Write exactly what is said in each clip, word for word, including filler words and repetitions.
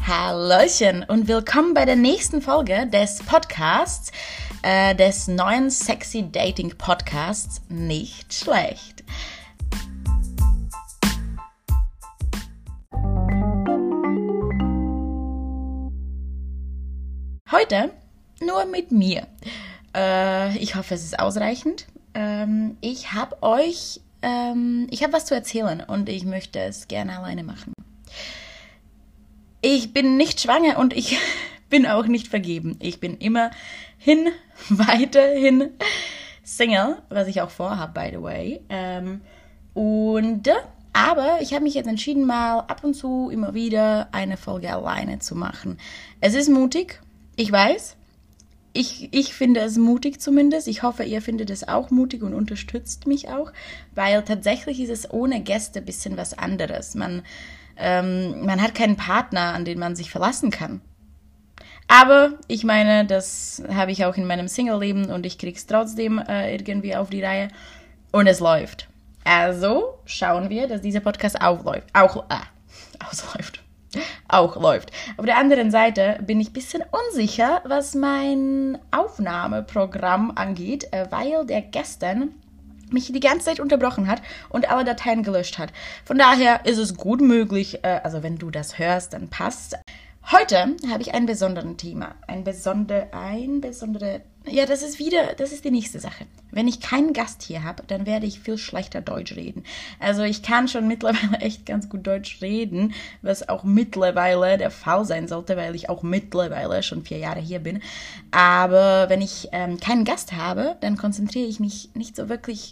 Hallöchen und willkommen bei der nächsten Folge des Podcasts, äh, des neuen Sexy Dating Podcasts Nicht Schlecht. Heute nur mit mir. Äh, ich hoffe, es ist ausreichend. Ähm, ich habe euch, ähm, ich habe was zu erzählen und ich möchte es gerne alleine machen. Ich bin nicht schwanger und ich bin auch nicht vergeben. Ich bin immerhin weiterhin Single, was ich auch vorhabe, by the way. Ähm, und aber ich habe mich jetzt entschieden, mal ab und zu immer wieder eine Folge alleine zu machen. Es ist mutig, ich weiß. Ich, ich finde es mutig zumindest. Ich hoffe, ihr findet es auch mutig und unterstützt mich auch, weil tatsächlich ist es ohne Gäste ein bisschen was anderes. Man, ähm, man hat keinen Partner, an den man sich verlassen kann. Aber ich meine, das habe ich auch in meinem Single-Leben und ich kriege es trotzdem äh, irgendwie auf die Reihe und es läuft. Also schauen wir, dass dieser Podcast auch läuft. Auch, äh, ausläuft. Auch läuft. Auf der anderen Seite bin ich ein bisschen unsicher, was mein Aufnahmeprogramm angeht, weil der gestern mich die ganze Zeit unterbrochen hat und alle Dateien gelöscht hat. Von daher ist es gut möglich, also wenn du das hörst, dann passt. Heute habe ich ein besonderes Thema. Ein besonder, ein besondere, ja, das ist wieder, das ist die nächste Sache. Wenn ich keinen Gast hier habe, dann werde ich viel schlechter Deutsch reden. Also ich kann schon mittlerweile echt ganz gut Deutsch reden, was auch mittlerweile der Fall sein sollte, weil ich auch mittlerweile schon vier Jahre hier bin. Aber wenn ich ähm, keinen Gast habe, dann konzentriere ich mich nicht so wirklich.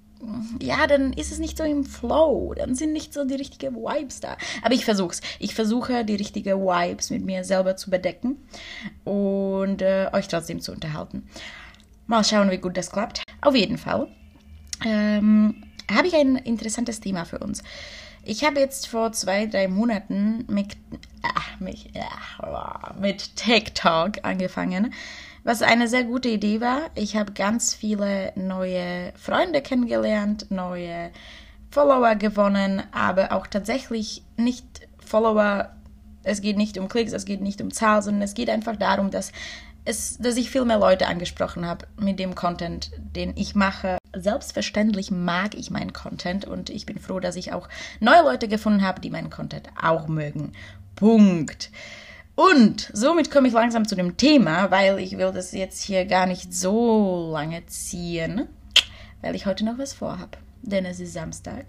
Ja, dann ist es nicht so im Flow, dann sind nicht so die richtigen Vibes da. Aber ich versuch's. Ich versuche, die richtigen Vibes mit mir selber zu bedecken und äh, euch trotzdem zu unterhalten. Mal schauen, wie gut das klappt. Auf jeden Fall ähm, habe ich ein interessantes Thema für uns. Ich habe jetzt vor zwei, drei Monaten mit, äh, mit, äh, mit TikTok angefangen, was eine sehr gute Idee war. Ich habe ganz viele neue Freunde kennengelernt, neue Follower gewonnen, aber auch tatsächlich nicht Follower. Es geht nicht um Klicks, es geht nicht um Zahlen, sondern es geht einfach darum, dass, es, dass ich viel mehr Leute angesprochen habe mit dem Content, den ich mache. Selbstverständlich mag ich meinen Content und ich bin froh, dass ich auch neue Leute gefunden habe, die meinen Content auch mögen. Punkt. Und somit komme ich langsam zu dem Thema, weil ich will das jetzt hier gar nicht so lange ziehen, weil ich heute noch was vorhabe. Denn es ist Samstag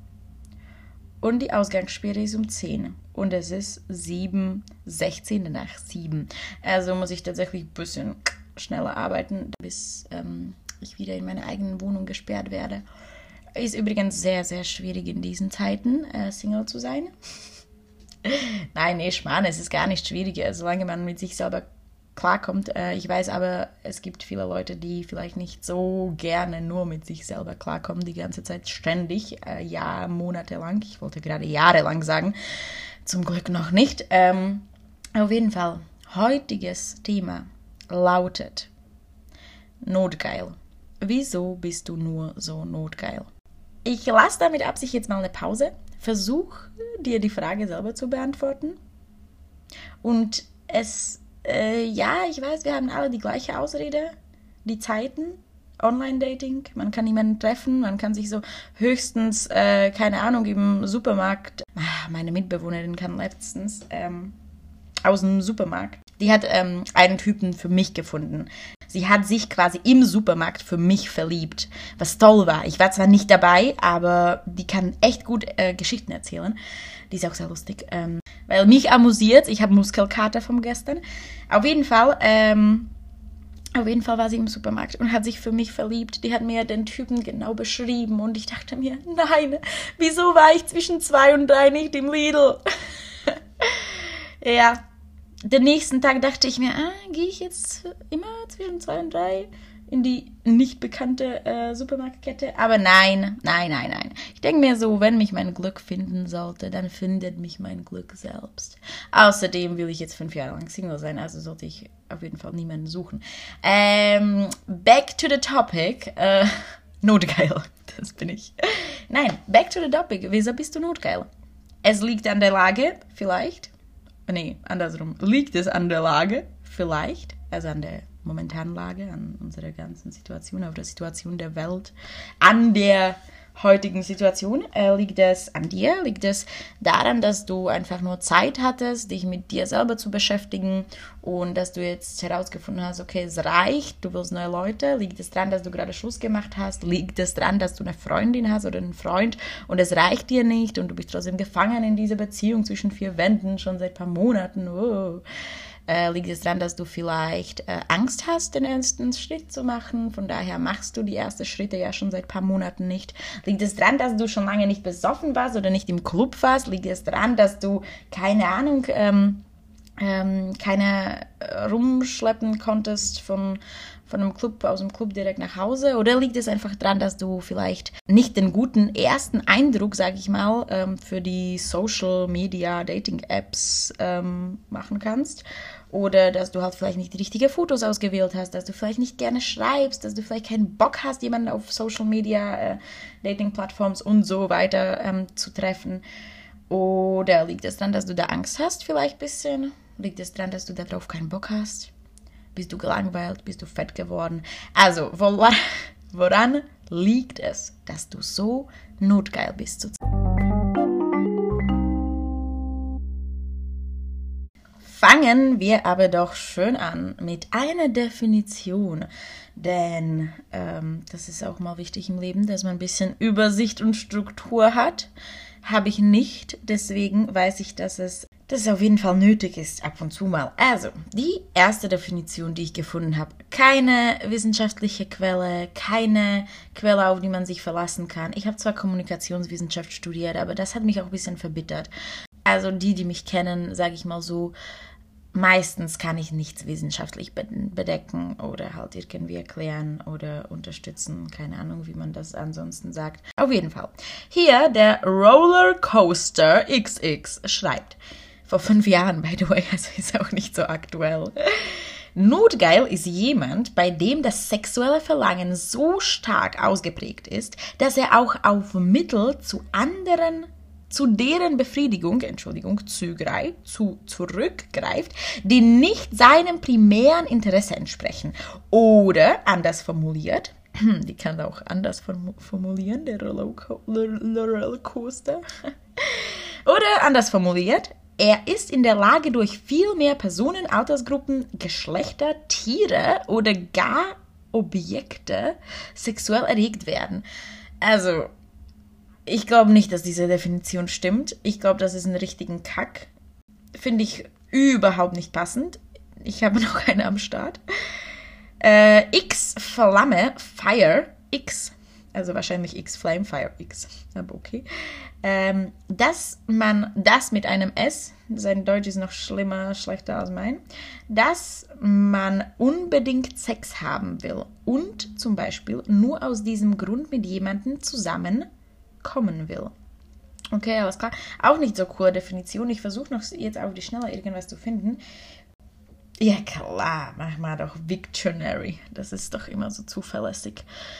und die Ausgangssperre ist um zehn und es ist sieben, sechzehn nach sieben. Also muss ich tatsächlich ein bisschen schneller arbeiten, bis ähm, ich wieder in meiner eigenen Wohnung gesperrt werde. Ist übrigens sehr, sehr schwierig in diesen Zeiten, äh, Single zu sein. Nein, nee, Schmarrn, es ist gar nicht schwieriger, solange man mit sich selber klarkommt. Ich weiß aber, es gibt viele Leute, die vielleicht nicht so gerne nur mit sich selber klarkommen, die ganze Zeit ständig, ja, monatelang. Ich wollte gerade jahrelang sagen, zum Glück noch nicht. Ähm, auf jeden Fall, heutiges Thema lautet Notgeil. Wieso bist du nur so notgeil? Ich lasse da mit Absicht jetzt mal eine Pause. Versuch, dir die Frage selber zu beantworten. Und es, äh, ja, ich weiß, wir haben alle die gleiche Ausrede, die Zeiten, Online-Dating, man kann niemanden treffen, man kann sich so höchstens, äh, keine Ahnung, im Supermarkt, ah, meine Mitbewohnerin kam letztens ähm, aus dem Supermarkt, die hat ähm, einen Typen für mich gefunden. Sie hat sich quasi im Supermarkt für mich verliebt, was toll war. Ich war zwar nicht dabei, aber die kann echt gut äh, Geschichten erzählen. Die ist auch sehr lustig, ähm, weil mich amüsiert. Ich habe Muskelkater vom gestern. Auf jeden Fall, ähm, auf jeden Fall war sie im Supermarkt und hat sich für mich verliebt. Die hat mir den Typen genau beschrieben und ich dachte mir, nein, wieso war ich zwischen zwei und drei nicht im Lidl? Ja. Den nächsten Tag dachte ich mir, ah, gehe ich jetzt immer zwischen zwei und drei in die nicht bekannte äh, Supermarktkette? Aber nein, nein, nein, nein. Ich denke mir so, wenn mich mein Glück finden sollte, dann findet mich mein Glück selbst. Außerdem will ich jetzt fünf Jahre lang Single sein, also sollte ich auf jeden Fall niemanden suchen. Ähm, back to the topic. Äh, notgeil, das bin ich. Nein, back to the topic. Wieso bist du notgeil? Es liegt an der Lage, vielleicht. nee, andersrum, liegt es an der Lage, vielleicht, also an der momentanen Lage, an unserer ganzen Situation, auf der Situation der Welt, an der heutigen Situation, äh, liegt es an dir, liegt es daran, dass du einfach nur Zeit hattest, dich mit dir selber zu beschäftigen und dass du jetzt herausgefunden hast, okay, es reicht, du willst neue Leute, liegt es daran, dass du gerade Schluss gemacht hast, liegt es daran, dass du eine Freundin hast oder einen Freund und es reicht dir nicht und du bist trotzdem gefangen in dieser Beziehung zwischen vier Wänden schon seit ein paar Monaten, oh. Äh, liegt es daran, dass du vielleicht äh, Angst hast, den ersten Schritt zu machen. Von daher machst du die ersten Schritte ja schon seit ein paar Monaten nicht. Liegt es daran, dass du schon lange nicht besoffen warst oder nicht im Club warst? Liegt es daran, dass du, keine Ahnung, ähm, ähm, keine äh, rumschleppen konntest von, von einem Club, aus dem Club direkt nach Hause? Oder liegt es einfach daran, dass du vielleicht nicht den guten ersten Eindruck, sage ich mal, ähm, für die Social Media Dating Apps ähm, machen kannst? Oder dass du halt vielleicht nicht die richtigen Fotos ausgewählt hast, dass du vielleicht nicht gerne schreibst, dass du vielleicht keinen Bock hast, jemanden auf Social Media, äh, Dating-Plattforms und so weiter ähm, zu treffen. Oder liegt es daran, dass du da Angst hast vielleicht ein bisschen? Liegt es daran, dass du darauf keinen Bock hast? Bist du gelangweilt? Bist du fett geworden? Also, woran liegt es, dass du so notgeil bist zurzeit? Fangen wir aber doch schön an mit einer Definition, denn ähm, das ist auch mal wichtig im Leben, dass man ein bisschen Übersicht und Struktur hat. Habe ich nicht, deswegen weiß ich, dass es, dass es auf jeden Fall nötig ist, ab und zu mal. Also, die erste Definition, die ich gefunden habe, keine wissenschaftliche Quelle, keine Quelle, auf die man sich verlassen kann. Ich habe zwar Kommunikationswissenschaft studiert, aber das hat mich auch ein bisschen verbittert. Also die, die mich kennen, sage ich mal so, meistens kann ich nichts wissenschaftlich bedecken oder halt irgendwie erklären oder unterstützen. Keine Ahnung, wie man das ansonsten sagt. Auf jeden Fall. Hier der Rollercoaster X X schreibt, vor fünf Jahren, by the way, also ist auch nicht so aktuell. Notgeil ist jemand, bei dem das sexuelle Verlangen so stark ausgeprägt ist, dass er auch auf Mittel zu anderen zu deren Befriedigung, Entschuldigung, zugreif, zu, zurückgreift, die nicht seinem primären Interesse entsprechen. Oder, anders formuliert, die kann auch anders formulieren, der Rollercoaster. Oder, anders formuliert, er ist in der Lage, durch viel mehr Personen, Altersgruppen, Geschlechter, Tiere oder gar Objekte sexuell erregt werden. Also, ich glaube nicht, dass diese Definition stimmt. Ich glaube, das ist ein richtigen Kack. Finde ich überhaupt nicht passend. Ich habe noch eine am Start. Äh, X Flamme Fire X, also wahrscheinlich X Flame Fire X, aber okay. Ähm, dass man das mit einem S, sein Deutsch ist noch schlimmer, schlechter als mein, dass man unbedingt Sex haben will und zum Beispiel nur aus diesem Grund mit jemandem zusammen kommen will. Okay, alles klar. Auch nicht so coole Definition. Ich versuche noch jetzt auf die Schnelle irgendwas zu finden. Ja klar, mach mal doch Victionary. Das ist doch immer so zuverlässig.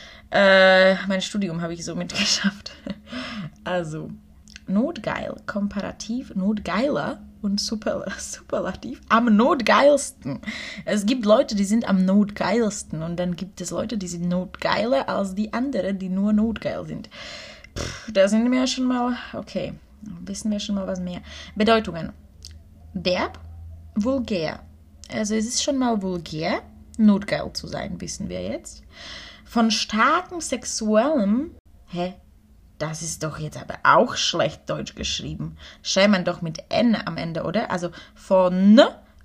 Äh, mein Studium habe ich so mitgeschafft. Also, notgeil, komparativ, notgeiler und super, superlativ, am notgeilsten. Es gibt Leute, die sind am notgeilsten und dann gibt es Leute, die sind notgeiler als die anderen, die nur notgeil sind. Pff, da sind wir schon mal, okay, wissen wir schon mal was mehr. Bedeutungen. Derb, vulgär. Also es ist schon mal vulgär, notgeil zu sein, wissen wir jetzt. Von starkem sexuellem, hä? Das ist doch jetzt aber auch schlecht Deutsch geschrieben. Schreibt man doch mit N am Ende, oder? Also von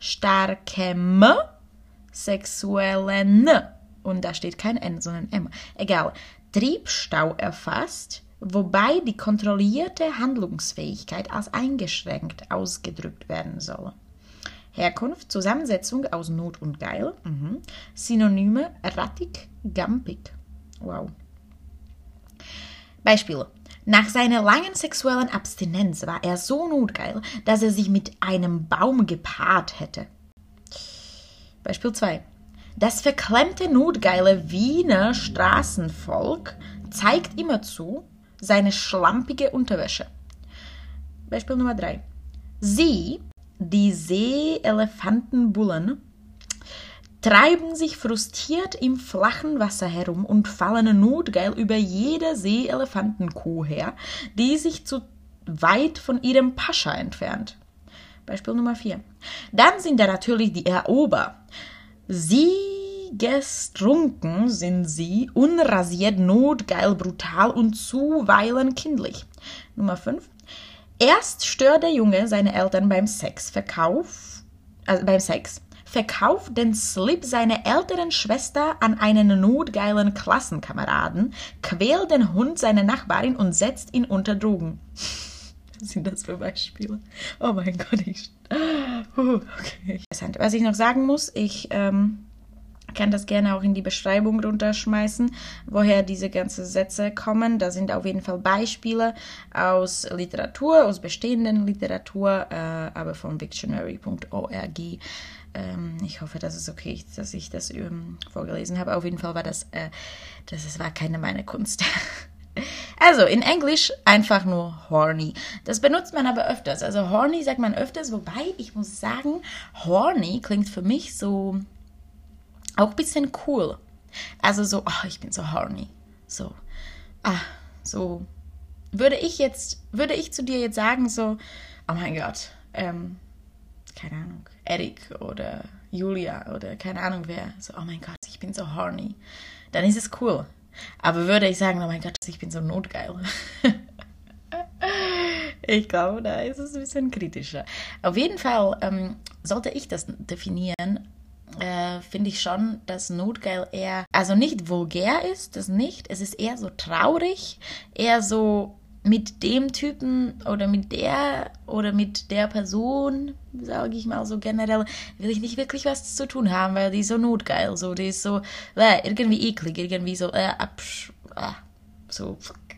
starkem sexuellen. Und da steht kein N, sondern M. Egal. Triebstau erfasst, wobei die kontrollierte Handlungsfähigkeit als eingeschränkt ausgedrückt werden soll. Herkunft, Zusammensetzung aus Not und Geil. Mhm. Synonyme, rattig, gampig. Wow. Beispiel. Nach seiner langen sexuellen Abstinenz war er so notgeil, dass er sich mit einem Baum gepaart hätte. Beispiel zwei. Das verklemmte, notgeile Wiener Straßenvolk zeigt immerzu seine schlampige Unterwäsche. Beispiel Nummer drei. Sie die Seeelefantenbullen treiben sich frustriert im flachen Wasser herum und fallen notgeil über jede Seeelefantenkuh her, die sich zu weit von ihrem Pascha entfernt. Beispiel Nummer vier. Dann sind da natürlich die Erober. Siegestrunken sind sie, unrasiert, notgeil, brutal und zuweilen kindlich. Nummer fünf. Erst stört der Junge seine Eltern beim Sex, Verkauf, also beim Sex, verkauft den Slip seiner älteren Schwester an einen notgeilen Klassenkameraden, quält den Hund seiner Nachbarin und setzt ihn unter Drogen. Was sind das für Beispiele? Oh mein Gott, ich... Uh, okay. Was ich noch sagen muss, ich ähm, kann das gerne auch in die Beschreibung runterschmeißen, woher diese ganzen Sätze kommen. Da sind auf jeden Fall Beispiele aus Literatur, aus bestehenden Literatur, äh, aber von Wiktionary punkt org. Ähm, ich hoffe, das ist okay, dass ich das ähm, vorgelesen habe. Auf jeden Fall war das, äh, das, das war keine meine Kunst. Also, in Englisch einfach nur horny. Das benutzt man aber öfters. Also, horny sagt man öfters, wobei ich muss sagen, horny klingt für mich so auch ein bisschen cool. Also so, oh, ich bin so horny. So, ah, so, würde ich jetzt, würde ich zu dir jetzt sagen, so, oh mein Gott, ähm, keine Ahnung, Erik oder Julia oder keine Ahnung wer, so, oh mein Gott, ich bin so horny, dann ist es cool. Aber würde ich sagen, oh mein Gott, ich bin so notgeil. Ich glaube, da ist es ein bisschen kritischer. Auf jeden Fall ähm, sollte ich das definieren, äh, finde ich schon, dass notgeil eher, also nicht vulgär ist, das nicht. Es ist eher so traurig, eher so mit dem Typen oder mit der oder mit der Person, sage ich mal so generell, will ich nicht wirklich was zu tun haben, weil die ist so notgeil, so, die ist so äh, irgendwie eklig, irgendwie so äh, absch, äh, so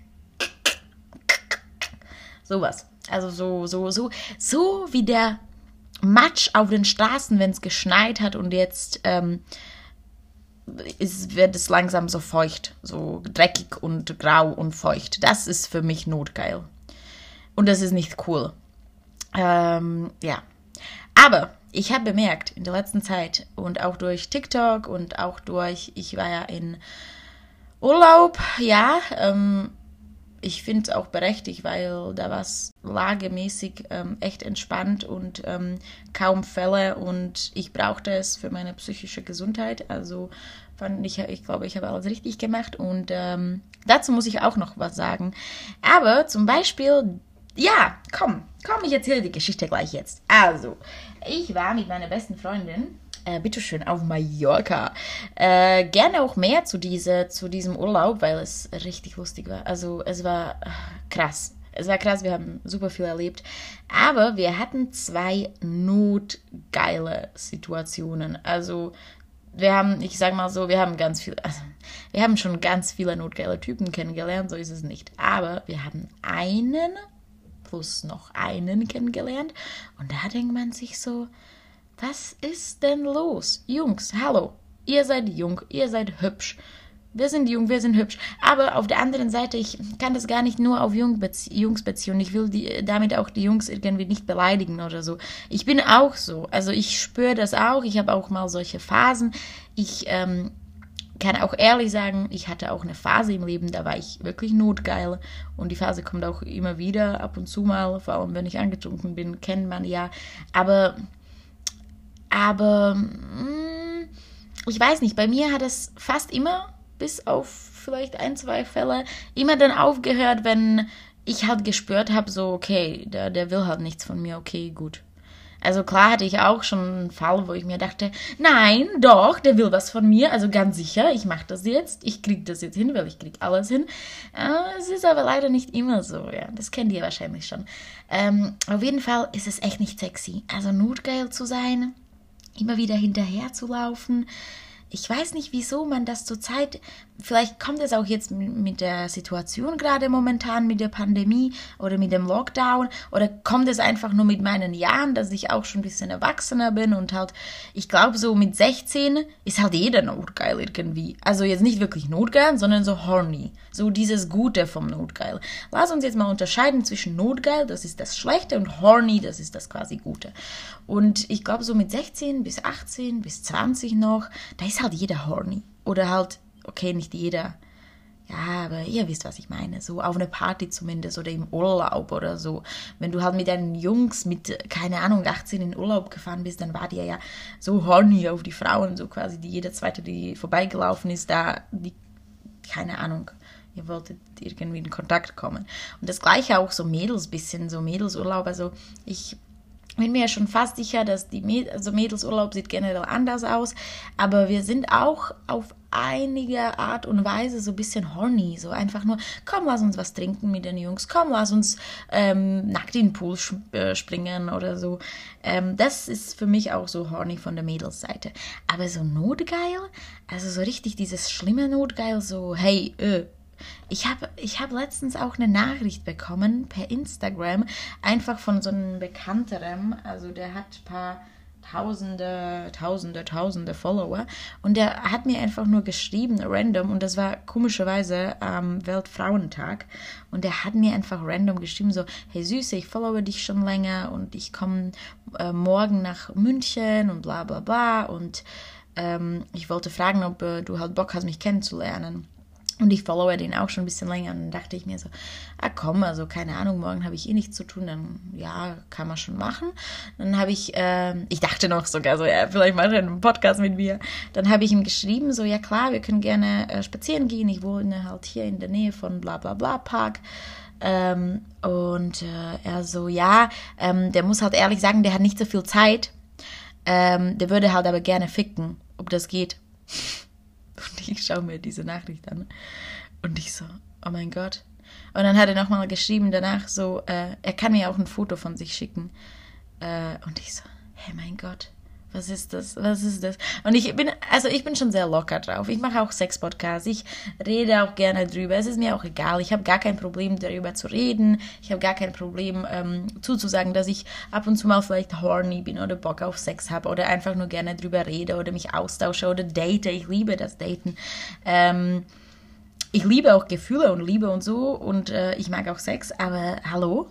sowas. Also so, so, so, so wie der Matsch auf den Straßen, wenn es geschneit hat und jetzt ähm, ist, wird es langsam so feucht, so dreckig und grau und feucht. Das ist für mich notgeil. Und das ist nicht cool. Ähm, ja. Aber ich habe bemerkt in der letzten Zeit und auch durch TikTok und auch durch, ich war ja in Urlaub, ja, ähm, ich finde es auch berechtigt, weil da war es lagemäßig ähm, echt entspannt und ähm, kaum Fälle und ich brauchte es für meine psychische Gesundheit. Also fand ich, ich glaube, ich habe alles richtig gemacht und ähm, dazu muss ich auch noch was sagen. Aber zum Beispiel, ja, komm, komm, ich erzähle die Geschichte gleich jetzt. Also, ich war mit meiner besten Freundin, Äh, bitteschön, auf Mallorca. Äh, gerne auch mehr zu, diese, zu diesem Urlaub, weil es richtig lustig war. Also es war äh, krass. Es war krass, wir haben super viel erlebt. Aber wir hatten zwei notgeile Situationen. Also wir haben, ich sag mal so, wir haben ganz viel, also wir haben schon ganz viele notgeile Typen kennengelernt, so ist es nicht. Aber wir haben einen plus noch einen kennengelernt und da denkt man sich so, was ist denn los? Jungs, hallo, ihr seid jung, ihr seid hübsch. Wir sind jung, wir sind hübsch. Aber auf der anderen Seite, ich kann das gar nicht nur auf Jungs beziehen. Ich will die, damit auch die Jungs irgendwie nicht beleidigen oder so. Ich bin auch so. Also ich spüre das auch. Ich habe auch mal solche Phasen. Ich ähm, kann auch ehrlich sagen, ich hatte auch eine Phase im Leben, da war ich wirklich notgeil. Und die Phase kommt auch immer wieder, ab und zu mal. Vor allem, wenn ich angetrunken bin, kennt man ja. Aber... Aber mh, ich weiß nicht, bei mir hat es fast immer, bis auf vielleicht ein, zwei Fälle, immer dann aufgehört, wenn ich halt gespürt habe, so okay, der, der will halt nichts von mir, okay, gut. Also klar hatte ich auch schon einen Fall, wo ich mir dachte, nein, doch, der will was von mir, also ganz sicher, ich mache das jetzt, ich kriege das jetzt hin, weil ich kriege alles hin. Äh, es ist aber leider nicht immer so, ja, das kennt ihr wahrscheinlich schon. Ähm, auf jeden Fall ist es echt nicht sexy, also notgeil zu sein, immer wieder hinterher zu laufen. Ich weiß nicht, wieso man das zurzeit, vielleicht kommt es auch jetzt mit der Situation gerade momentan, mit der Pandemie oder mit dem Lockdown, oder kommt es einfach nur mit meinen Jahren, dass ich auch schon ein bisschen erwachsener bin und halt, ich glaube so mit sechzehn ist halt jeder notgeil irgendwie. Also jetzt nicht wirklich notgeil, sondern so horny. So dieses Gute vom Notgeil. Lass uns jetzt mal unterscheiden zwischen notgeil, das ist das Schlechte, und horny, das ist das quasi Gute. Und ich glaube so mit sechzehn bis achtzehn bis zwanzig noch, da ist halt jeder horny. Oder halt, okay, nicht jeder, ja, aber ihr wisst, was ich meine, so auf eine Party zumindest oder im Urlaub oder so. Wenn du halt mit deinen Jungs mit, keine Ahnung, achtzehn in Urlaub gefahren bist, dann war die ja so horny auf die Frauen, so quasi, die jede zweite, die vorbeigelaufen ist, da, die, keine Ahnung, ihr wolltet irgendwie in Kontakt kommen. Und das Gleiche auch so Mädels, bisschen so Mädelsurlaub, also ich bin mir ja schon fast sicher, dass die Mäd- also Mädelsurlaub sieht generell anders aus, aber wir sind auch auf einige Art und Weise so ein bisschen horny, so einfach nur, komm, lass uns was trinken mit den Jungs, komm, lass uns ähm, nackt in den Pool sp- äh, springen oder so. Ähm, das ist für mich auch so horny von der Mädelsseite. Aber so notgeil, also so richtig dieses schlimme Notgeil, so, hey, äh, Ich habe ich hab letztens auch eine Nachricht bekommen per Instagram, einfach von so einem Bekannterem, also der hat ein paar Tausende, Tausende, Tausende Follower, und der hat mir einfach nur geschrieben, random, und das war komischerweise am Weltfrauentag, und der hat mir einfach random geschrieben, so, hey Süße, ich followe dich schon länger und ich komme äh, morgen nach München und bla bla bla, und ähm, ich wollte fragen, ob äh, du halt Bock hast, mich kennenzulernen. Und ich followe den auch schon ein bisschen länger, und dann dachte ich mir so, ah komm, also keine Ahnung, morgen habe ich eh nichts zu tun, dann ja, kann man schon machen. Dann habe ich, äh, ich dachte noch sogar so, ja, vielleicht mache ich einen Podcast mit mir. Dann habe ich ihm geschrieben, so, ja klar, wir können gerne äh, spazieren gehen, ich wohne halt hier in der Nähe von bla bla bla Park. Ähm, und äh, er so, ja, ähm, der muss halt ehrlich sagen, der hat nicht so viel Zeit, ähm, der würde halt aber gerne ficken, ob das geht. Und ich schaue mir diese Nachricht an und ich so, oh mein Gott. Und dann hat er nochmal geschrieben danach so, äh, er kann mir auch ein Foto von sich schicken. Äh, und ich so, hey mein Gott, was ist das, was ist das? Und ich bin, also ich bin schon sehr locker drauf. Ich mache auch Sex-Podcasts, ich rede auch gerne drüber. Es ist mir auch egal, ich habe gar kein Problem darüber zu reden. Ich habe gar kein Problem ähm, zuzusagen, dass ich ab und zu mal vielleicht horny bin oder Bock auf Sex habe oder einfach nur gerne drüber rede oder mich austausche oder date. Ich liebe das Daten. Ähm, Ich liebe auch Gefühle und Liebe und so, und äh, ich mag auch Sex, aber hallo?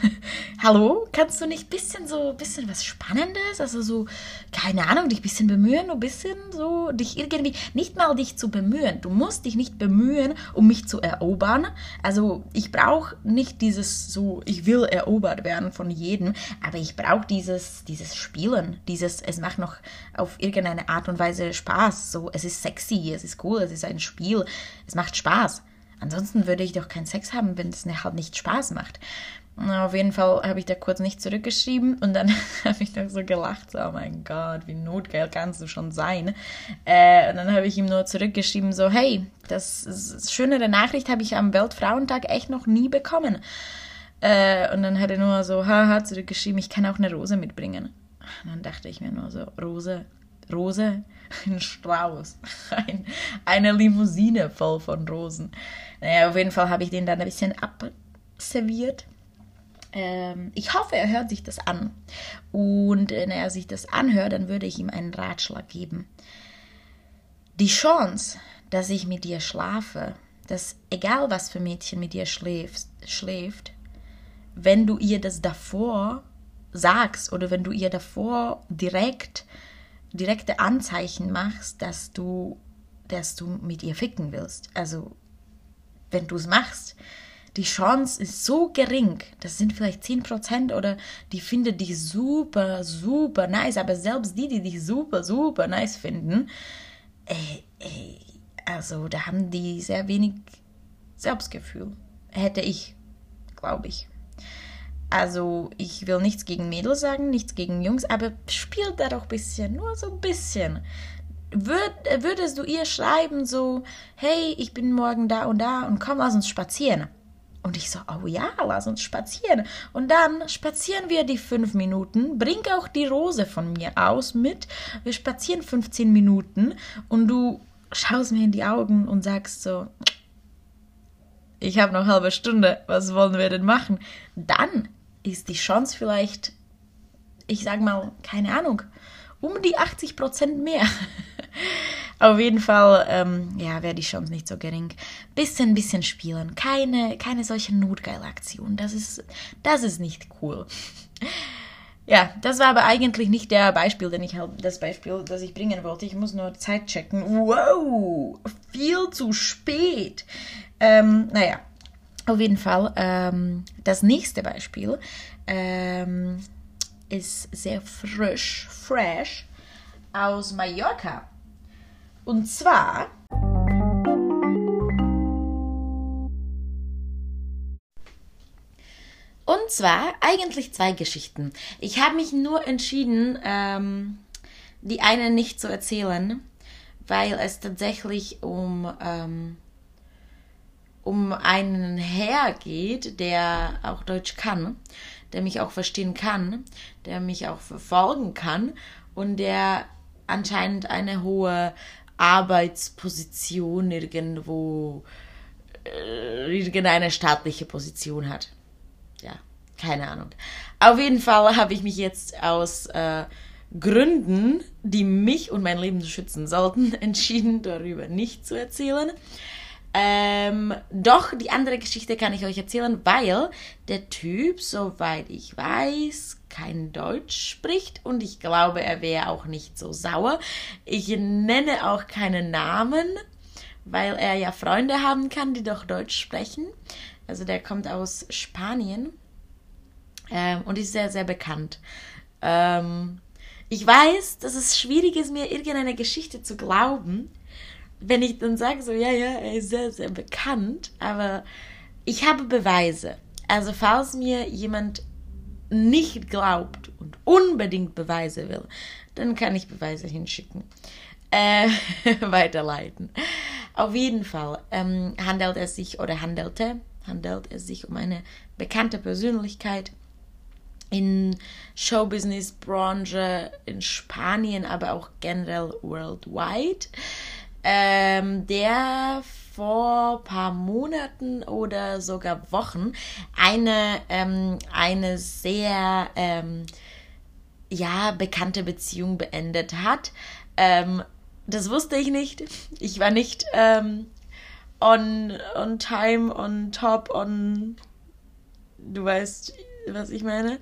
Hallo? Kannst du nicht ein bisschen so, bisschen was Spannendes, also so, keine Ahnung, dich ein bisschen bemühen, ein bisschen so, dich irgendwie, nicht mal dich zu bemühen, du musst dich nicht bemühen, um mich zu erobern, also ich brauche nicht dieses so, ich will erobert werden von jedem, aber ich brauche dieses, dieses Spielen, dieses, es macht noch auf irgendeine Art und Weise Spaß, so, es ist sexy, es ist cool, es ist ein Spiel, es macht Spaß. Spaß. Ansonsten würde ich doch keinen Sex haben, wenn es halt nicht Spaß macht. Auf jeden Fall habe ich da kurz nicht zurückgeschrieben, und dann habe ich doch so gelacht, so, oh mein Gott, wie notgeil kannst du schon sein. Äh, und dann habe ich ihm nur zurückgeschrieben, so, hey, das, das schönere Nachricht habe ich am Weltfrauentag echt noch nie bekommen. Äh, und dann hat er nur so, haha, zurückgeschrieben, ich kann auch eine Rose mitbringen. Und dann dachte ich mir nur so, Rose, Rose, ein Strauß, ein, eine Limousine voll von Rosen. Naja, auf jeden Fall habe ich den dann ein bisschen abserviert. Ähm, ich hoffe, er hört sich das an. Und wenn er sich das anhört, dann würde ich ihm einen Ratschlag geben. Die Chance, dass ich mit dir schlafe, dass egal was für Mädchen mit dir schläft, schläft, wenn du ihr das davor sagst oder wenn du ihr davor direkt direkte Anzeichen machst, dass du, dass du mit ihr ficken willst. Also, wenn du es machst, die Chance ist so gering, das sind vielleicht zehn Prozent, oder die finden dich super, super nice, aber selbst die, die dich super, super nice finden, ey, ey, also da haben die sehr wenig Selbstgefühl. Hätte ich, glaube ich. Also, ich will nichts gegen Mädels sagen, nichts gegen Jungs, aber spielt da doch ein bisschen, nur so ein bisschen. Würd, würdest du ihr schreiben so, hey, ich bin morgen da und da und komm, lass uns spazieren. Und ich so, oh ja, lass uns spazieren. Und dann spazieren wir die fünf Minuten, bring auch die Rose von mir aus mit, wir spazieren fünfzehn Minuten und du schaust mir in die Augen und sagst so, ich habe noch eine halbe Stunde, was wollen wir denn machen? Dann ist die Chance vielleicht, ich sag mal, keine Ahnung, um die achtzig Prozent mehr. Auf jeden Fall, ähm, ja, wäre die Chance nicht so gering. Bisschen, bisschen spielen. Keine, keine solche Notgeil-Aktion. Das ist, das ist nicht cool. Ja, das war aber eigentlich nicht der Beispiel, den ich das Beispiel, das ich bringen wollte. Ich muss nur Zeit checken. Wow, viel zu spät. Ähm, naja, auf jeden Fall. Ähm, das nächste Beispiel ähm, ist sehr frisch, fresh aus Mallorca. Und zwar Und zwar eigentlich zwei Geschichten. Ich habe mich nur entschieden, ähm, die eine nicht zu erzählen, weil es tatsächlich um, ähm, um einen Herr geht, der auch Deutsch kann, der mich auch verstehen kann, der mich auch verfolgen kann und der anscheinend eine hohe Arbeitsposition irgendwo, äh, irgendeine staatliche Position hat. Ja, keine Ahnung. Auf jeden Fall habe ich mich jetzt aus äh, Gründen, die mich und mein Leben schützen sollten, entschieden, darüber nicht zu erzählen. Ähm, doch, die andere Geschichte kann ich euch erzählen, weil der Typ, soweit ich weiß, kein Deutsch spricht und ich glaube, er wäre auch nicht so sauer. Ich nenne auch keinen Namen, weil er ja Freunde haben kann, die doch Deutsch sprechen. Also der kommt aus Spanien ähm, und ist sehr, sehr bekannt. Ähm, ich weiß, dass es schwierig ist, mir irgendeine Geschichte zu glauben, wenn ich dann sage, so, ja, ja, er ist sehr, sehr bekannt, aber ich habe Beweise. Also falls mir jemand nicht glaubt und unbedingt Beweise will, dann kann ich Beweise hinschicken. Äh, weiterleiten. Auf jeden Fall ähm, handelt es sich oder handelte, handelt es sich um eine bekannte Persönlichkeit in Showbusiness-Branche in Spanien, aber auch generell worldwide, ähm, der vor ein paar Monaten oder sogar Wochen eine, ähm, eine sehr ähm, ja, bekannte Beziehung beendet hat. Ähm, das wusste ich nicht. Ich war nicht ähm, on, on time, on top, on... Du weißt, was ich meine.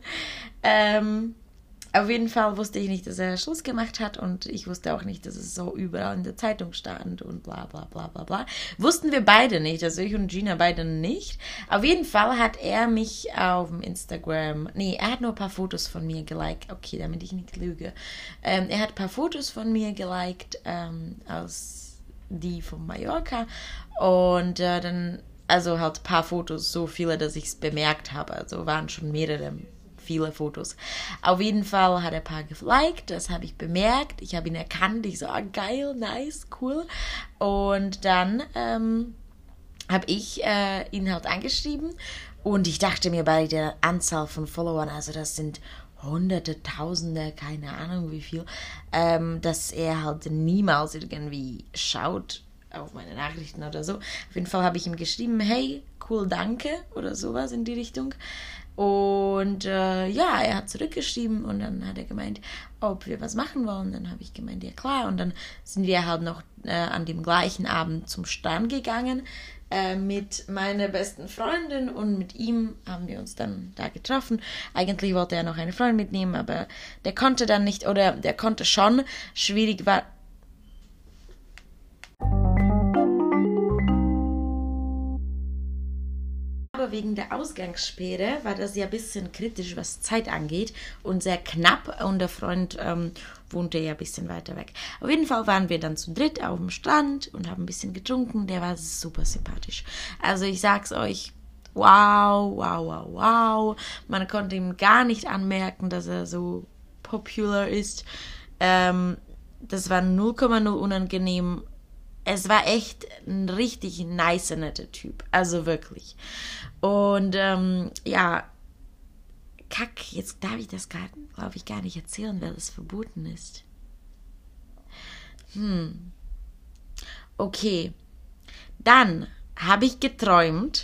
Ähm, auf jeden Fall wusste ich nicht, dass er Schluss gemacht hat und ich wusste auch nicht, dass es so überall in der Zeitung stand und bla bla bla bla bla. Wussten wir beide nicht, also ich und Gina beide nicht. Auf jeden Fall hat er mich auf dem Instagram, nee, er hat nur ein paar Fotos von mir geliked, okay, damit ich nicht lüge. Ähm, er hat ein paar Fotos von mir geliked, ähm, aus die von Mallorca und äh, dann, also halt ein paar Fotos, so viele, dass ich es bemerkt habe, also waren schon mehrere viele Fotos. Auf jeden Fall hat er ein paar geliked, das habe ich bemerkt. Ich habe ihn erkannt. Ich so, ah, geil, nice, cool. Und dann ähm, habe ich äh, ihn halt angeschrieben und ich dachte mir bei der Anzahl von Followern, also das sind Hunderte, Tausende, keine Ahnung wie viel, ähm, dass er halt niemals irgendwie schaut auf meine Nachrichten oder so. Auf jeden Fall habe ich ihm geschrieben, hey, cool, danke oder sowas in die Richtung. Und äh, ja, er hat zurückgeschrieben und dann hat er gemeint, ob wir was machen wollen. Dann habe ich gemeint, ja klar. Und dann sind wir halt noch äh, an dem gleichen Abend zum Strand gegangen äh, mit meiner besten Freundin und mit ihm haben wir uns dann da getroffen. Eigentlich wollte er noch eine Freundin mitnehmen, aber der konnte dann nicht oder der konnte schon. Schwierig war... Wegen der Ausgangssperre war das ja ein bisschen kritisch, was Zeit angeht und sehr knapp und der Freund ähm, wohnte ja ein bisschen weiter weg. Auf jeden Fall waren wir dann zu dritt auf dem Strand und haben ein bisschen getrunken. Der war super sympathisch. Also ich sag's euch, wow, wow, wow, wow. Man konnte ihm gar nicht anmerken, dass er so popular ist. Ähm, das war null Komma null unangenehm. Es war echt ein richtig nice, netter Typ. Also wirklich. Und ähm, ja, kack, jetzt darf ich das gerade, glaube ich, gar nicht erzählen, weil es verboten ist. Hm. Okay, dann habe ich geträumt.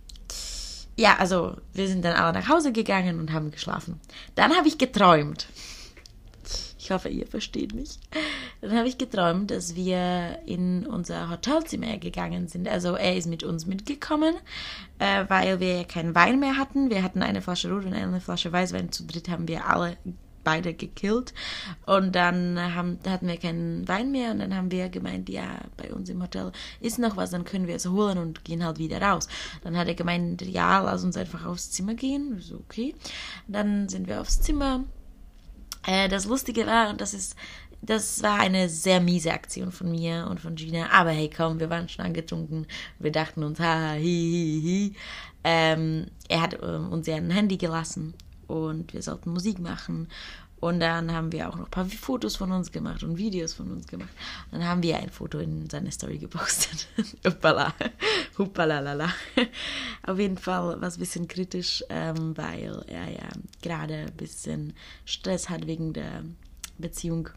Ja, also wir sind dann alle nach Hause gegangen und haben geschlafen. Dann habe ich geträumt. Ich hoffe, ihr versteht mich. Dann habe ich geträumt, dass wir in unser Hotelzimmer gegangen sind. Also er ist mit uns mitgekommen, äh, weil wir keinen Wein mehr hatten. Wir hatten eine Flasche Rot und eine Flasche Weißwein. Zu dritt haben wir alle beide gekillt. Und dann haben, hatten wir keinen Wein mehr. Und dann haben wir gemeint, ja, bei uns im Hotel ist noch was, dann können wir es holen und gehen halt wieder raus. Dann hat er gemeint, ja, lass uns einfach aufs Zimmer gehen. So, okay. Dann sind wir aufs Zimmer. Das Lustige war, und das ist, das war eine sehr miese Aktion von mir und von Gina, aber hey, komm, wir waren schon angetrunken, wir dachten uns, ha, hi, hi, hi. Ähm, er hat ähm, uns ja ein Handy gelassen und wir sollten Musik machen und dann haben wir auch noch ein paar Fotos von uns gemacht und Videos von uns gemacht. Und dann haben wir ein Foto in seine Story gepostet. Hoppala, huppalalala. Auf jeden Fall war es ein bisschen kritisch, ähm, weil er ja gerade ein bisschen Stress hat wegen der Beziehung.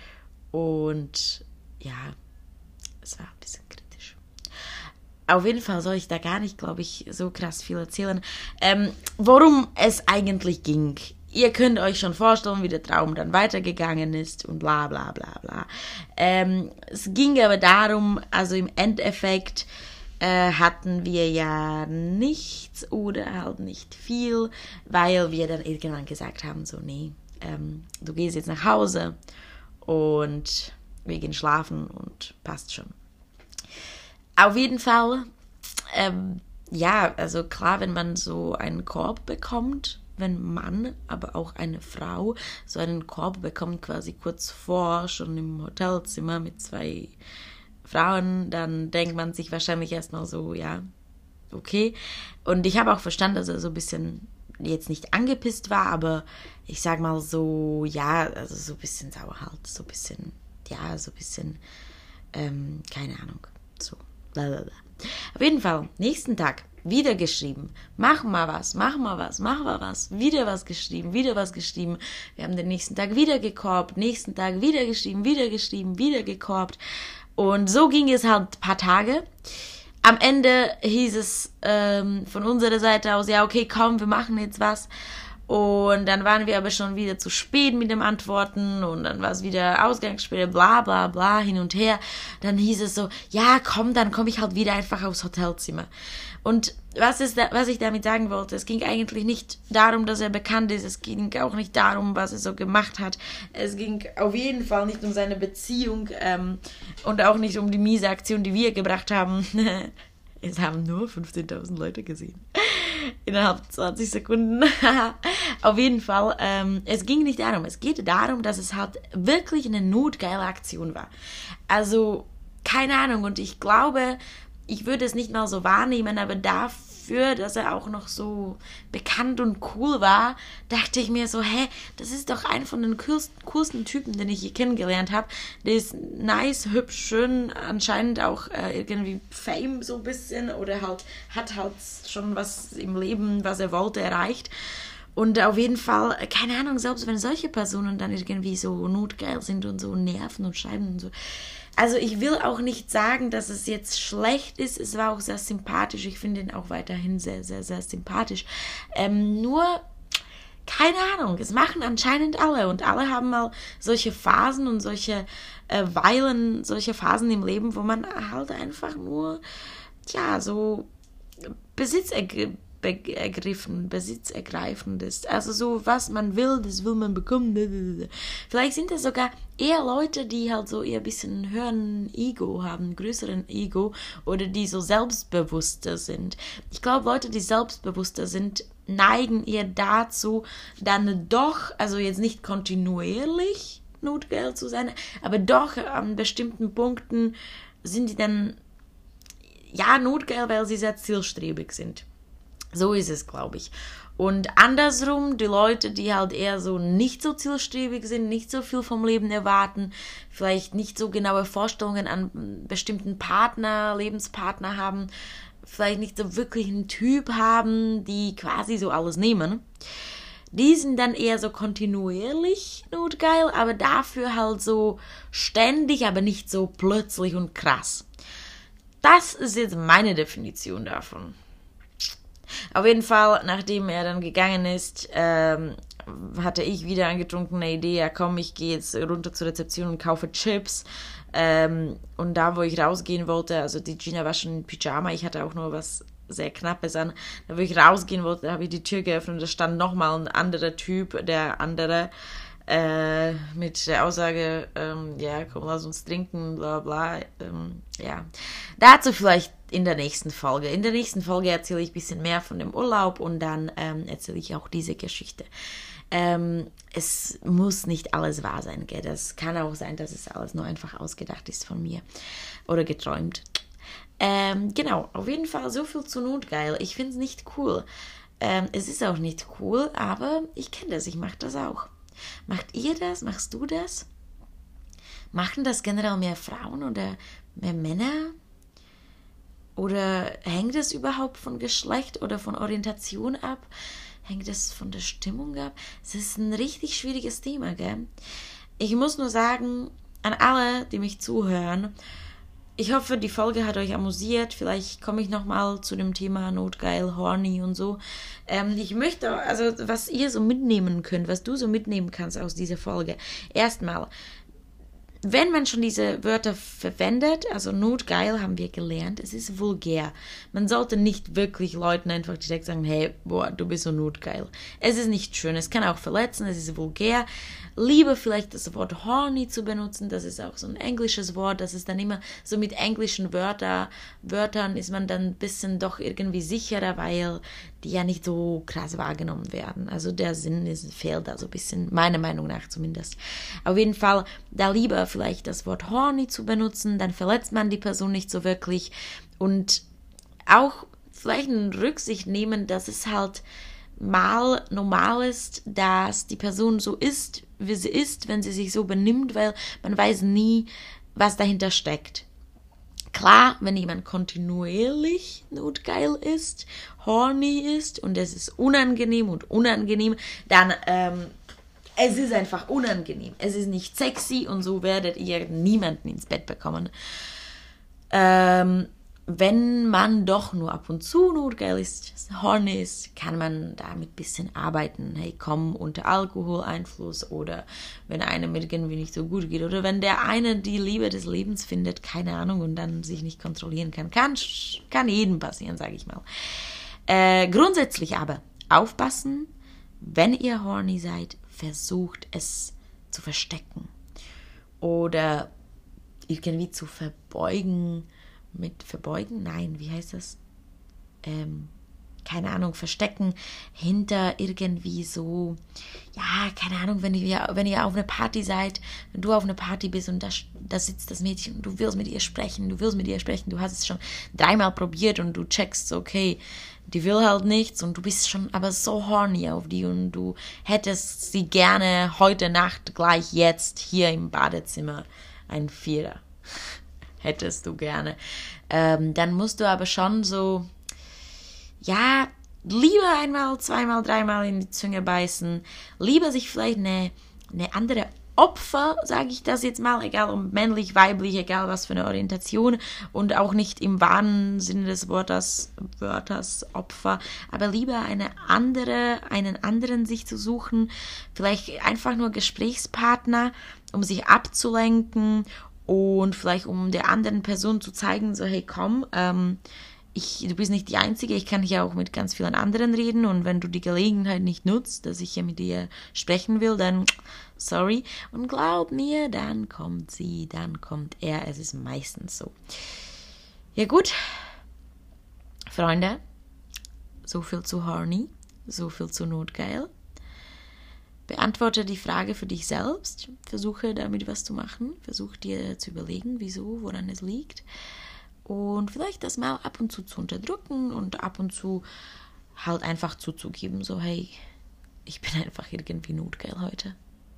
Und ja, es war ein bisschen kritisch. Auf jeden Fall soll ich da gar nicht, glaube ich, so krass viel erzählen. Ähm, worum es eigentlich ging. Ihr könnt euch schon vorstellen, wie der Traum dann weitergegangen ist und bla bla bla bla. Ähm, es ging aber darum, also im Endeffekt äh, hatten wir ja nichts oder halt nicht viel, weil wir dann irgendwann gesagt haben, so nee, ähm, du gehst jetzt nach Hause und wir gehen schlafen und passt schon. Auf jeden Fall, ähm, ja, also klar, wenn man so einen Korb bekommt, wenn Mann, aber auch eine Frau so einen Korb bekommt, quasi kurz vor, schon im Hotelzimmer mit zwei Frauen, dann denkt man sich wahrscheinlich erstmal so, ja, okay. Und ich habe auch verstanden, dass er so ein bisschen jetzt nicht angepisst war, aber ich sag mal so, ja, also so ein bisschen sauer halt, so ein bisschen, ja, so ein bisschen, ähm, keine Ahnung, so, blablabla. Auf jeden Fall, nächsten Tag wieder geschrieben, mach mal was, mach mal was, mach mal was, wieder was geschrieben, wieder was geschrieben. Wir haben den nächsten Tag wieder gekorbt, nächsten Tag wieder geschrieben, wieder geschrieben, wieder gekorbt. Und so ging es halt ein paar Tage. Am Ende hieß es ähm, von unserer Seite aus, ja okay, komm, wir machen jetzt was. Und dann waren wir aber schon wieder zu spät mit dem Antworten und dann war es wieder Ausgangssperre, bla bla bla, hin und her. Dann hieß es so, ja komm, dann komme ich halt wieder einfach aufs Hotelzimmer. Und was, ist da, was ich damit sagen wollte, es ging eigentlich nicht darum, dass er bekannt ist, es ging auch nicht darum, was er so gemacht hat. Es ging auf jeden Fall nicht um seine Beziehung ähm, und auch nicht um die miese Aktion, die wir gebracht haben. Es haben nur fünfzehntausend Leute gesehen. Innerhalb zwanzig Sekunden. Auf jeden Fall, ähm, es ging nicht darum. Es geht darum, dass es halt wirklich eine notgeile Aktion war. Also, keine Ahnung. Und ich glaube, ich würde es nicht mal so wahrnehmen, aber dafür, dass er auch noch so bekannt und cool war, dachte ich mir so, hä, das ist doch einer von den coolsten, coolsten Typen, den ich je kennengelernt habe. Der ist nice, hübsch, schön, anscheinend auch äh, irgendwie Fame so ein bisschen oder halt hat halt schon was im Leben, was er wollte, erreicht. Und auf jeden Fall, keine Ahnung, selbst wenn solche Personen dann irgendwie so notgeil sind und so nerven und schreiben und so. Also ich will auch nicht sagen, dass es jetzt schlecht ist. Es war auch sehr sympathisch. Ich finde ihn auch weiterhin sehr, sehr, sehr sympathisch. Ähm, nur, keine Ahnung, es machen anscheinend alle. Und alle haben mal solche Phasen und solche äh, Weilen, solche Phasen im Leben, wo man halt einfach nur, ja, so Besitz ergriffen. ergriffen, besitzergreifend ist. Also so, was man will, das will man bekommen. Vielleicht sind es sogar eher Leute, die halt so eher ein bisschen höheren Ego haben, größeren Ego oder die so selbstbewusster sind. Ich glaube, Leute, die selbstbewusster sind, neigen eher dazu, dann doch, also jetzt nicht kontinuierlich notgeil zu sein, aber doch an bestimmten Punkten sind die dann ja notgeil, weil sie sehr zielstrebig sind. So ist es, glaube ich. Und andersrum, die Leute, die halt eher so nicht so zielstrebig sind, nicht so viel vom Leben erwarten, vielleicht nicht so genaue Vorstellungen an bestimmten Partner, Lebenspartner haben, vielleicht nicht so wirklich einen Typ haben, die quasi so alles nehmen, die sind dann eher so kontinuierlich notgeil, aber dafür halt so ständig, aber nicht so plötzlich und krass. Das ist jetzt meine Definition davon. Auf jeden Fall, nachdem er dann gegangen ist, ähm, hatte ich wieder eine getrunkene Idee, ja komm, ich gehe jetzt runter zur Rezeption und kaufe Chips. Ähm, und da, wo ich rausgehen wollte, also die Gina war schon in Pyjama, ich hatte auch nur was sehr Knappes an, da wo ich rausgehen wollte, habe ich die Tür geöffnet und da stand nochmal ein anderer Typ, der andere, äh, mit der Aussage, ähm, ja, komm, lass uns trinken, bla bla, ähm, ja. Dazu vielleicht in der nächsten Folge. In der nächsten Folge erzähle ich ein bisschen mehr von dem Urlaub und dann ähm, erzähle ich auch diese Geschichte. Ähm, es muss nicht alles wahr sein, gell? Das kann auch sein, dass es alles nur einfach ausgedacht ist von mir oder geträumt. Ähm, genau, auf jeden Fall so viel zu notgeil. Ich finde es nicht cool. Ähm, es ist auch nicht cool, aber ich kenne das, ich mache das auch. Macht ihr das? Machst du das? Machen das generell mehr Frauen oder mehr Männer? Oder hängt es überhaupt von Geschlecht oder von Orientation ab? Hängt es von der Stimmung ab? Es ist ein richtig schwieriges Thema, gell? Ich muss nur sagen, an alle, die mich zuhören, ich hoffe, die Folge hat euch amüsiert. Vielleicht komme ich nochmal zu dem Thema notgeil, horny und so. Ähm, ich möchte, also was ihr so mitnehmen könnt, was du so mitnehmen kannst aus dieser Folge. Erstmal, wenn man schon diese Wörter verwendet, also notgeil haben wir gelernt, es ist vulgär. Man sollte nicht wirklich Leuten einfach direkt sagen, hey, boah, du bist so notgeil. Es ist nicht schön, es kann auch verletzen, es ist vulgär. Lieber vielleicht das Wort horny zu benutzen, das ist auch so ein englisches Wort, das ist dann immer so mit englischen Wörter, Wörtern ist man dann ein bisschen doch irgendwie sicherer, weil die ja nicht so krass wahrgenommen werden. Also der Sinn ist, fehlt da so ein bisschen, meiner Meinung nach zumindest. Auf jeden Fall da lieber vielleicht das Wort horny zu benutzen, dann verletzt man die Person nicht so wirklich und auch vielleicht eine Rücksicht nehmen, dass es halt mal normal ist, dass die Person so ist, wie sie ist, wenn sie sich so benimmt, weil man weiß nie, was dahinter steckt. Klar, wenn jemand kontinuierlich notgeil ist, horny ist und es ist unangenehm und unangenehm, dann ähm, es ist einfach unangenehm. Es ist nicht sexy und so werdet ihr niemanden ins Bett bekommen. Ähm, wenn man doch nur ab und zu notgeil ist, horny ist, kann man damit ein bisschen arbeiten. Hey, komm, unter Alkoholeinfluss oder wenn einem irgendwie nicht so gut geht oder wenn der eine die Liebe des Lebens findet, keine Ahnung, und dann sich nicht kontrollieren kann. Kann, kann jedem passieren, sage ich mal. Äh, grundsätzlich aber aufpassen, wenn ihr horny seid, versucht es zu verstecken oder irgendwie zu verbeugen. Mit verbeugen? Nein, wie heißt das? Ähm, keine Ahnung, verstecken hinter irgendwie so, ja, keine Ahnung, wenn ihr, wenn ihr auf einer Party seid, wenn du auf einer Party bist und da, da sitzt das Mädchen und du willst mit ihr sprechen, du willst mit ihr sprechen, du hast es schon dreimal probiert und du checkst, okay, die will halt nichts und du bist schon aber so horny auf die und du hättest sie gerne heute Nacht gleich jetzt hier im Badezimmer ein Vierer. Hättest du gerne. Ähm, dann musst du aber schon so, ja, lieber einmal, zweimal, dreimal in die Zunge beißen, lieber sich vielleicht eine, eine andere Opfer, sage ich das jetzt mal, egal ob männlich, weiblich, egal was für eine Orientation und auch nicht im wahren Sinne des Wortes, Wörters Opfer, aber lieber eine andere, einen anderen sich zu suchen, vielleicht einfach nur Gesprächspartner, um sich abzulenken und vielleicht um der anderen Person zu zeigen, so hey komm, ähm, ich, du bist nicht die Einzige, ich kann hier auch mit ganz vielen anderen reden und wenn du die Gelegenheit nicht nutzt, dass ich hier mit dir sprechen will, dann sorry. Und glaub mir, dann kommt sie, dann kommt er, es ist meistens so. Ja gut, Freunde, so viel zu horny, so viel zu notgeil. Beantworte die Frage für dich selbst, versuche damit was zu machen, versuche dir zu überlegen, wieso, woran es liegt und vielleicht das mal ab und zu zu unterdrücken und ab und zu halt einfach zuzugeben, so hey, ich bin einfach irgendwie notgeil heute.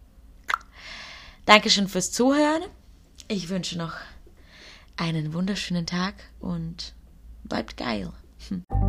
Dankeschön fürs Zuhören, ich wünsche noch einen wunderschönen Tag und bleibt geil. Hm.